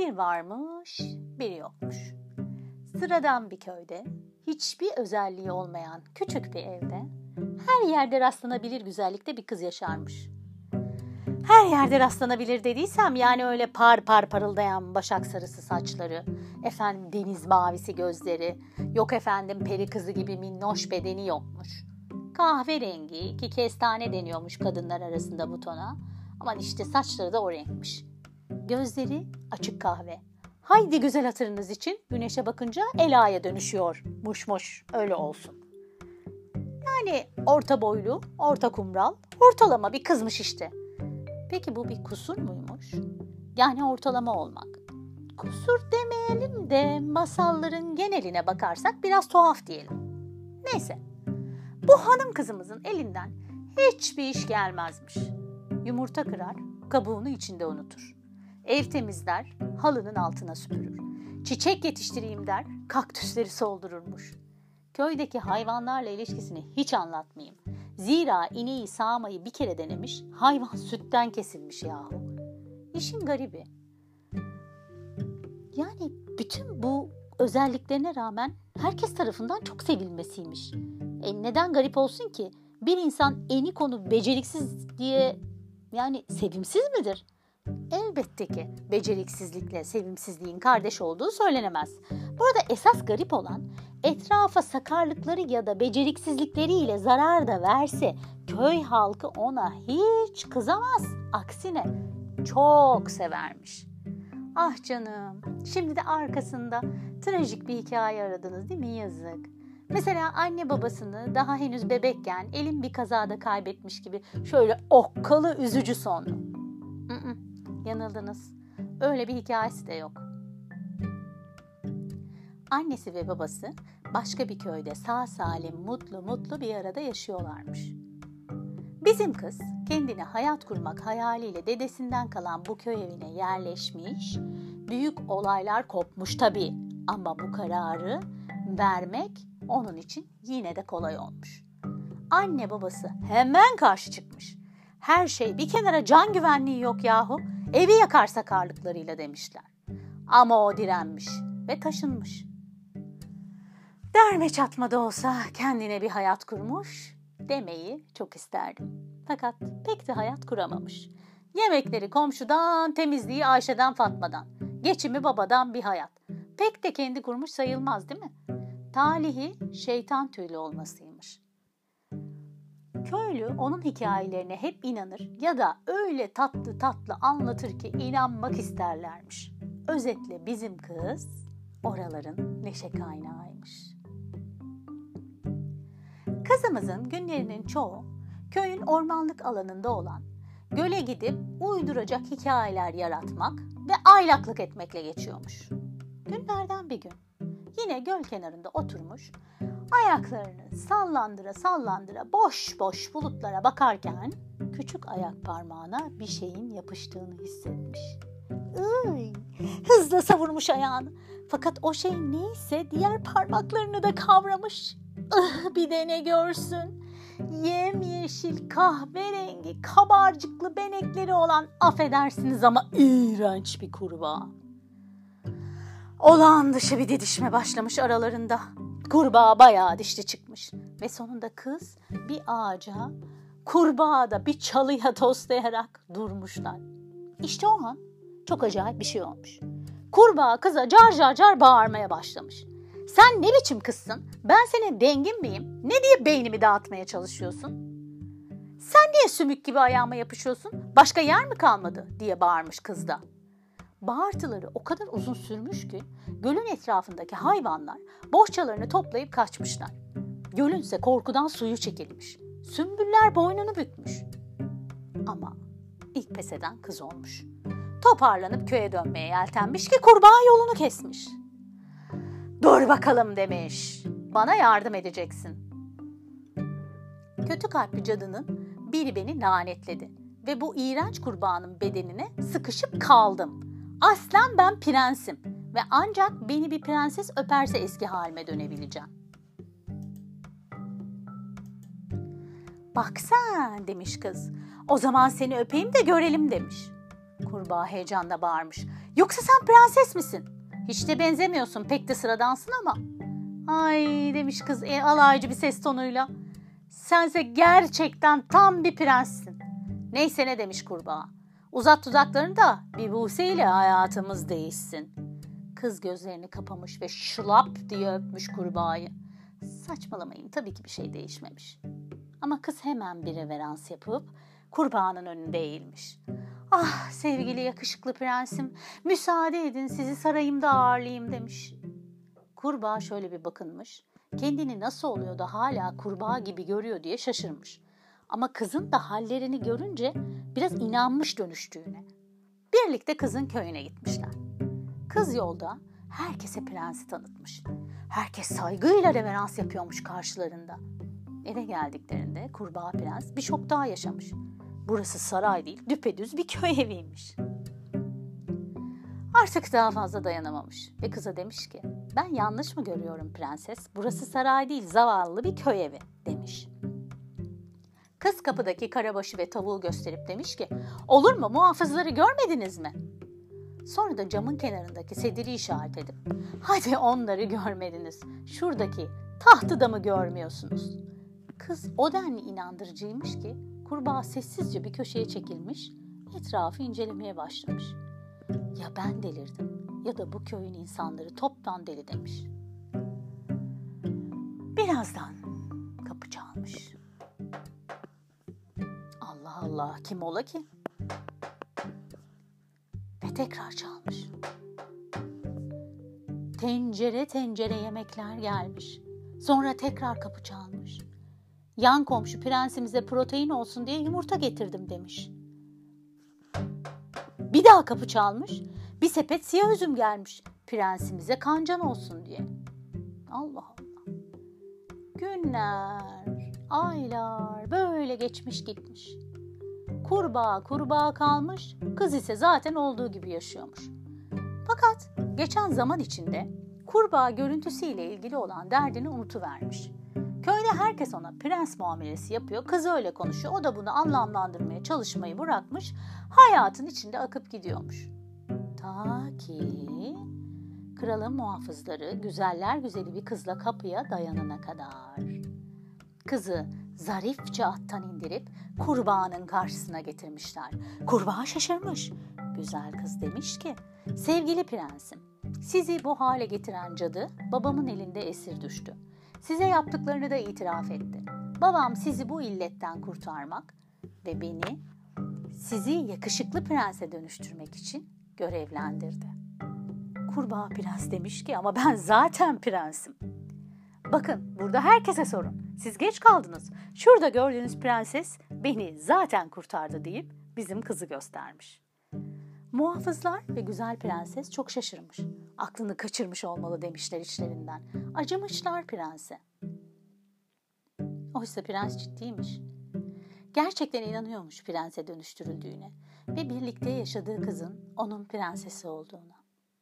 Bir varmış, biri yokmuş. Sıradan bir köyde, hiçbir özelliği olmayan küçük bir evde, her yerde rastlanabilir güzellikte bir kız yaşarmış. Her yerde rastlanabilir dediysem yani öyle par par parıldayan başak sarısı saçları, efendim deniz mavisi gözleri, yok efendim peri kızı gibi minnoş bedeni yokmuş. Kahverengi ki kestane deniyormuş kadınlar arasında butona. Aman işte saçları da o renkmiş. Gözleri açık kahve. Haydi güzel hatırınız için güneşe bakınca Ela'ya dönüşüyor. Muş öyle olsun. Yani orta boylu, orta kumral, ortalama bir kızmış işte. Peki bu bir kusur muymuş? Yani ortalama olmak. Kusur demeyelim de masalların geneline bakarsak biraz tuhaf diyelim. Neyse. Bu hanım kızımızın elinden hiçbir iş gelmezmiş. Yumurta kırar, kabuğunu içinde unutur. Ev temizler, halının altına süpürür. Çiçek yetiştireyim der, kaktüsleri soldururmuş. Köydeki hayvanlarla ilişkisini hiç anlatmayayım. Zira ineği sağmayı bir kere denemiş, hayvan sütten kesilmiş yahu. İşin garibi. Yani bütün bu özelliklerine rağmen herkes tarafından çok sevilmesiymiş. Neden garip olsun ki? Bir insan eni konu beceriksiz diye yani sevimsiz midir? Elbette ki beceriksizlikle sevimsizliğin kardeş olduğu söylenemez. Burada esas garip olan etrafa sakarlıkları ya da beceriksizlikleriyle zarar da verse köy halkı ona hiç kızamaz. Aksine çok severmiş. Ah canım, şimdi de arkasında trajik bir hikaye aradınız değil mi? Yazık. Mesela anne babasını daha henüz bebekken elin bir kazada kaybetmiş gibi şöyle okkalı üzücü sonlu. Yanıldınız. Öyle bir hikayesi de yok. Annesi ve babası başka bir köyde sağ salim mutlu bir arada yaşıyorlarmış. Bizim kız kendine hayat kurmak hayaliyle dedesinden kalan bu köy evine yerleşmiş, büyük olaylar kopmuş tabii ama bu kararı vermek onun için yine de kolay olmuş. Anne babası hemen karşı çıkmış. Her şey bir kenara, can güvenliği yok yahu, evi yakar sakarlıklarıyla demişler. Ama o direnmiş ve taşınmış. Derme çatma da olsa kendine bir hayat kurmuş demeyi çok isterdim. Fakat pek de hayat kuramamış. Yemekleri komşudan, temizliği Ayşe'den Fatma'dan, geçimi babadan bir hayat. Pek de kendi kurmuş sayılmaz değil mi? Talihi şeytan tüylü olmasıymış. Köylü onun hikayelerine hep inanır ya da öyle tatlı anlatır ki inanmak isterlermiş. Özetle bizim kız oraların neşe kaynağıymış. Kızımızın günlerinin çoğu köyün ormanlık alanında olan, göle gidip uyduracak hikayeler yaratmak ve aylaklık etmekle geçiyormuş. Günlerden bir gün yine göl kenarında oturmuş, ayaklarını sallandıra boş bulutlara bakarken küçük ayak parmağına bir şeyin yapıştığını hissetmiş. Hızla savurmuş ayağını. Fakat o şey neyse diğer parmaklarını da kavramış. Bir de ne görsün. Yemyeşil kahverengi kabarcıklı benekleri olan, affedersiniz ama iğrenç bir kurbağa. Olağan dışı bir didişme başlamış aralarında. Kurbağa bayağı dişli çıkmış ve sonunda kız bir ağaca, kurbağa da bir çalıya toslayarak durmuşlar. İşte o an çok acayip bir şey olmuş. Kurbağa kıza car bağırmaya başlamış. Sen ne biçim kızsın? Ben senin dengin miyim? Ne diye beynimi dağıtmaya çalışıyorsun? Sen niye sümük gibi ayağıma yapışıyorsun? Başka yer mi kalmadı? Diye bağırmış kız da. Bağırtıları o kadar uzun sürmüş ki gölün etrafındaki hayvanlar bohçalarını toplayıp kaçmışlar. Gölünse korkudan suyu çekilmiş. Sümbüller boynunu bükmüş. Ama ilk pes eden kız olmuş. Toparlanıp köye dönmeye yeltenmiş ki kurbağa yolunu kesmiş. Dur bakalım demiş. Bana yardım edeceksin. Kötü kalpli cadının biri beni lanetledi ve bu iğrenç kurbağanın bedenine sıkışıp kaldım. Aslen ben prensim ve ancak beni bir prenses öperse eski halime dönebileceğim. Bak sen demiş kız. O zaman seni öpeyim de görelim demiş. Kurbağa heyecanla bağırmış. Yoksa sen prenses misin? Hiç de benzemiyorsun, pek de sıradansın ama. Ay demiş kız alaycı bir ses tonuyla. Sense gerçekten tam bir prenssin. Neyse ne demiş kurbağa. Uzat dudaklarını da bir buseyle hayatımız değişsin. Kız gözlerini kapamış ve şılap diye öpmüş kurbağayı. Saçmalamayın, tabii ki bir şey değişmemiş. Ama kız hemen bir reverans yapıp kurbağanın önünde eğilmiş. Ah sevgili yakışıklı prensim, müsaade edin sizi sarayımda ağırlayayım demiş. Kurbağa şöyle bir bakınmış. Kendini nasıl oluyor da hala kurbağa gibi görüyor diye şaşırmış. Ama kızın da hallerini görünce biraz inanmış dönüştüğüne. Birlikte kızın köyüne gitmişler. Kız yolda herkese prensi tanıtmış. Herkes saygıyla reverans yapıyormuş karşılarında. Eve geldiklerinde kurbağa prens bir şok daha yaşamış. Burası saray değil, düpedüz bir köy eviymiş. Artık daha fazla dayanamamış ve kıza demiş ki, ben yanlış mı görüyorum prenses? Burası saray değil, zavallı bir köy evi demiş. Kız kapıdaki karabaşı ve tavuğu gösterip demiş ki, olur mu, muhafızları görmediniz mi? Sonra da camın kenarındaki sediri işaret edip, hadi onları görmediniz, şuradaki tahtı da mı görmüyorsunuz? Kız o denli inandırıcıymış ki kurbağa sessizce bir köşeye çekilmiş, etrafı incelemeye başlamış. Ya ben delirdim ya da bu köyün insanları toptan deli demiş. Birazdan kapı çalmış. Allah Allah, kim ola ki? Ve tekrar çalmış. Tencere tencere yemekler gelmiş. Sonra tekrar kapı çalmış. Yan komşu prensimize protein olsun diye yumurta getirdim demiş. Bir daha kapı çalmış. Bir sepet siyah üzüm gelmiş. Prensimize kancan olsun diye. Allah Allah. Günler, aylar böyle geçmiş gitmiş. Kurbağa kalmış, kız ise zaten olduğu gibi yaşıyormuş. Fakat geçen zaman içinde kurbağa görüntüsüyle ilgili olan derdini unutuvermiş. Köyde herkes ona prens muamelesi yapıyor, kız öyle konuşuyor, o da bunu anlamlandırmaya çalışmayı bırakmış, hayatın içinde akıp gidiyormuş. Ta ki kralın muhafızları güzeller güzeli bir kızla kapıya dayanana kadar. Kızı zarifçe attan indirip kurbağanın karşısına getirmişler. Kurbağa şaşırmış. Güzel kız demiş ki, sevgili prensim, sizi bu hale getiren cadı babamın elinde esir düştü. Size yaptıklarını da itiraf etti. Babam sizi bu illetten kurtarmak ve beni sizi yakışıklı prense dönüştürmek için görevlendirdi. Kurbağa prens demiş ki, ama ben zaten prensim. Bakın burada herkese sorun. Siz geç kaldınız. Şurada gördüğünüz prenses beni zaten kurtardı deyip bizim kızı göstermiş. Muhafızlar ve güzel prenses çok şaşırmış. Aklını kaçırmış olmalı demişler içlerinden. Acımışlar prense. Oysa prens ciddiymiş. Gerçekten inanıyormuş prense dönüştürüldüğüne ve birlikte yaşadığı kızın onun prensesi olduğuna.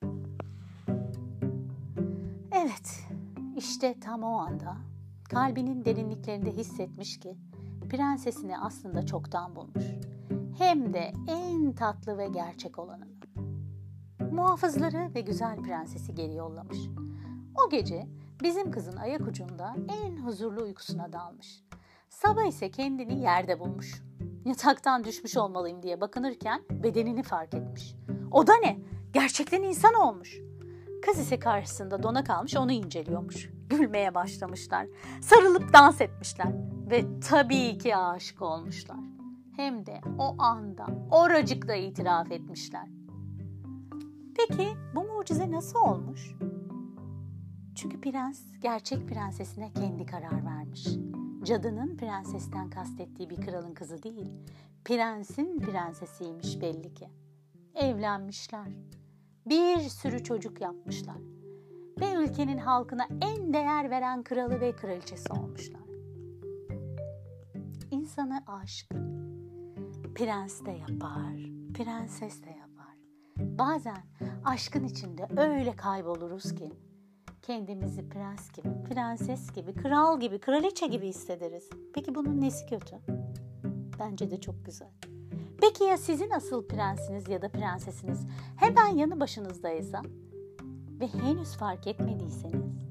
Evet, işte tam o anda kalbinin derinliklerinde hissetmiş ki prensesini aslında çoktan bulmuş. Hem de en tatlı ve gerçek olanını. Muhafızları ve güzel prensesi geri yollamış. O gece bizim kızın ayak ucunda en huzurlu uykusuna dalmış. Sabah ise kendini yerde bulmuş. Yataktan düşmüş olmalıyım diye bakınırken bedenini fark etmiş. O da ne? Gerçekten insan olmuş. Kız ise karşısında dona kalmış, onu inceliyormuş. Gülmeye başlamışlar. Sarılıp dans etmişler. Ve tabii ki aşık olmuşlar. Hem de o anda, oracıkta itiraf etmişler. Peki bu mucize nasıl olmuş? Çünkü prens gerçek prensesine kendi karar vermiş. Cadının prensesten kastettiği bir kralın kızı değil, prensin prensesiymiş belli ki. Evlenmişler. Bir sürü çocuk yapmışlar. Ve ülkenin halkına en değer veren kralı ve kraliçesi olmuşlar. İnsanı aşk prens de yapar, prenses de yapar. Bazen aşkın içinde öyle kayboluruz ki kendimizi prens gibi, prenses gibi, kral gibi, kraliçe gibi hissederiz. Peki bunun nesi kötü? Bence de çok güzel. Peki ya sizin asıl prensiniz ya da prensesiniz hemen yanı başınızdaysa ve henüz fark etmediyseniz?